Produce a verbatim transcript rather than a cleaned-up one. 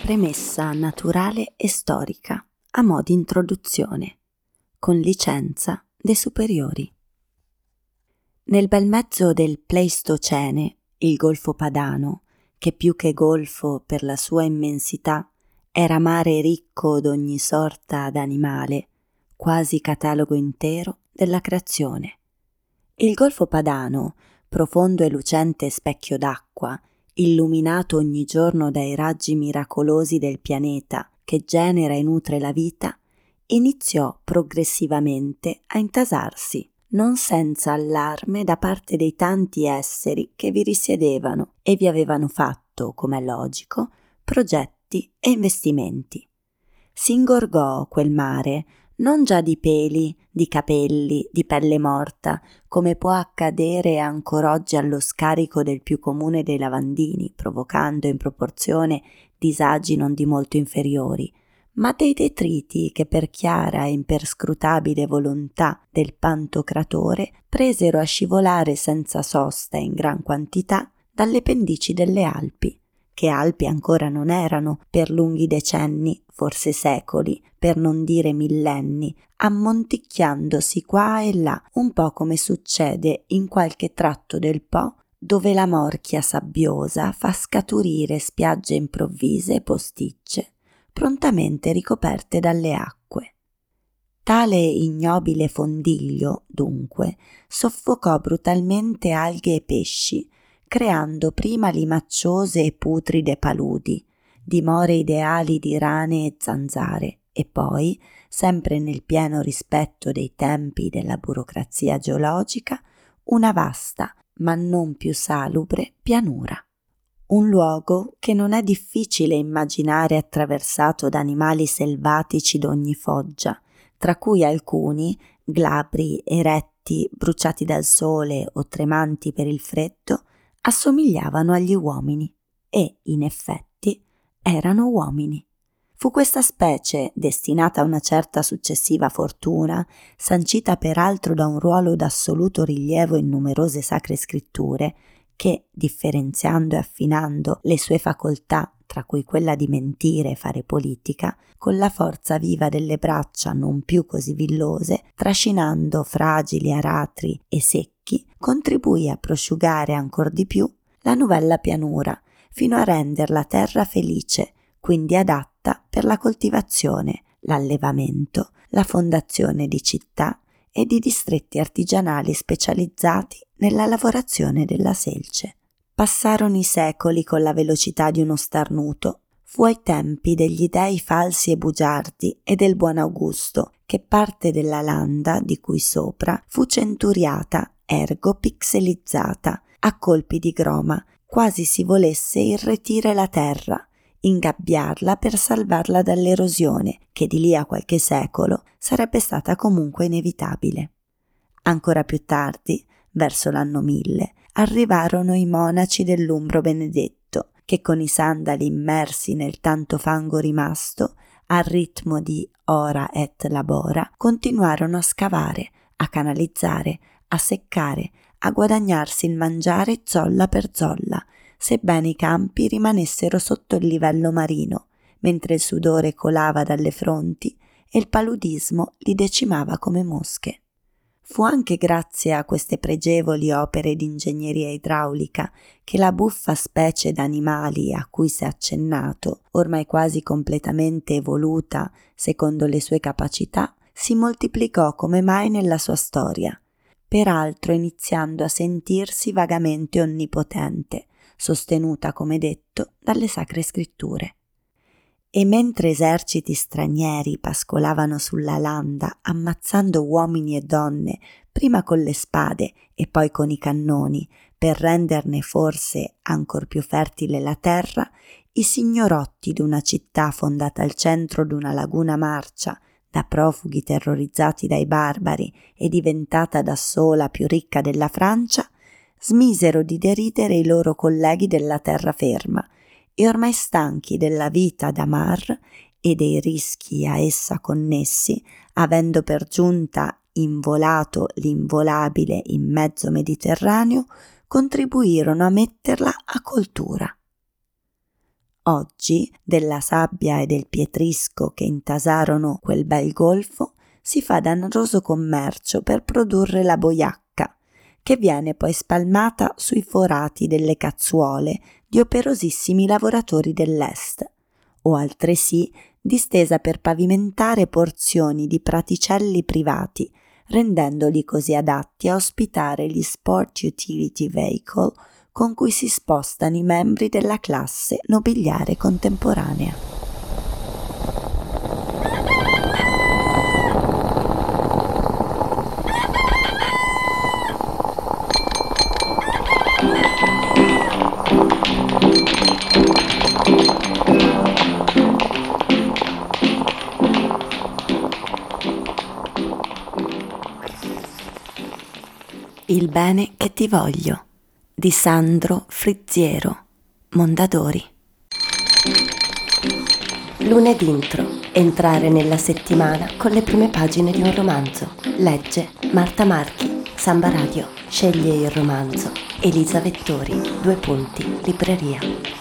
Premessa naturale e storica, a mo' di introduzione, con licenza de superiori. Nel bel mezzo del Pleistocene, il Golfo Padano, che più che golfo per la sua immensità era mare ricco d'ogni sorta d'animale, quasi catalogo intero della creazione. Il Golfo Padano, profondo e lucente specchio d'acqua, illuminato ogni giorno dai raggi miracolosi del pianeta che genera e nutre la vita, iniziò progressivamente a intasarsi, non senza allarme da parte dei tanti esseri che vi risiedevano e vi avevano fatto, come è logico, progetti e investimenti. Si ingorgò quel mare non già di peli, di capelli, di pelle morta, come può accadere ancor oggi allo scarico del più comune dei lavandini, provocando in proporzione disagi non di molto inferiori, ma dei detriti che per chiara e imperscrutabile volontà del Pantocratore presero a scivolare senza sosta in gran quantità dalle pendici delle Alpi, che Alpi ancora non erano per lunghi decenni, forse secoli, per non dire millenni, ammonticchiandosi qua e là, un po' come succede in qualche tratto del Po, dove la morchia sabbiosa fa scaturire spiagge improvvise e posticce, prontamente ricoperte dalle acque. Tale ignobile fondiglio, dunque, soffocò brutalmente alghe e pesci, creando prima limacciose e putride paludi, dimore ideali di rane e zanzare, e poi, sempre nel pieno rispetto dei tempi della burocrazia geologica, una vasta, ma non più salubre, pianura. Un luogo che non è difficile immaginare attraversato da animali selvatici d'ogni foggia, tra cui alcuni, glabri, eretti, bruciati dal sole o tremanti per il freddo, assomigliavano agli uomini e, in effetti, erano uomini. Fu questa specie, destinata a una certa successiva fortuna, sancita peraltro da un ruolo d'assoluto rilievo in numerose sacre scritture, che, differenziando e affinando le sue facoltà, tra cui quella di mentire e fare politica, con la forza viva delle braccia non più così villose, trascinando fragili aratri e secchi, contribuì a prosciugare ancor di più la novella pianura, fino a render la terra felice, quindi adatta per la coltivazione, l'allevamento, la fondazione di città e di distretti artigianali specializzati nella lavorazione della selce. Passarono i secoli con la velocità di uno starnuto. Fu ai tempi degli dei falsi e bugiardi e del buon Augusto che parte della landa di cui sopra fu centuriata, ergo pixelizzata, a colpi di groma, quasi si volesse irretire la terra, ingabbiarla per salvarla dall'erosione, che di lì a qualche secolo sarebbe stata comunque inevitabile. Ancora più tardi, verso l'anno mille, arrivarono i monaci dell'Umbro Benedetto, che con i sandali immersi nel tanto fango rimasto, al ritmo di ora et labora, continuarono a scavare, a canalizzare, a seccare, a guadagnarsi il mangiare zolla per zolla, sebbene i campi rimanessero sotto il livello marino, mentre il sudore colava dalle fronti e il paludismo li decimava come mosche. Fu anche grazie a queste pregevoli opere di ingegneria idraulica che la buffa specie d'animali a cui si è accennato, ormai quasi completamente evoluta secondo le sue capacità, si moltiplicò come mai nella sua storia, peraltro iniziando a sentirsi vagamente onnipotente, sostenuta, come detto, dalle sacre scritture. E mentre eserciti stranieri pascolavano sulla landa, ammazzando uomini e donne, prima con le spade e poi con i cannoni, per renderne forse ancor più fertile la terra, i signorotti d'una città fondata al centro d'una laguna marcia, da profughi terrorizzati dai barbari e diventata da sola più ricca della Francia, smisero di deridere i loro colleghi della terraferma, e ormai stanchi della vita da mar e dei rischi a essa connessi, avendo per giunta involato l'involabile in mezzo Mediterraneo, contribuirono a metterla a coltura. Oggi, della sabbia e del pietrisco che intasarono quel bel golfo, si fa dannoso commercio per produrre la boiacca, che viene poi spalmata sui forati delle cazzuole di operosissimi lavoratori dell'Est, o altresì distesa per pavimentare porzioni di praticelli privati, rendendoli così adatti a ospitare gli sport utility vehicle con cui si spostano i membri della classe nobiliare contemporanea. Il bene che ti voglio di Sandro Frizziero, Mondadori. Lunedì intro, entrare nella settimana con le prime pagine di un romanzo. Legge Marta Marchi, Samba Radio. Sceglie il romanzo Elisa Vettori, due punti, libreria.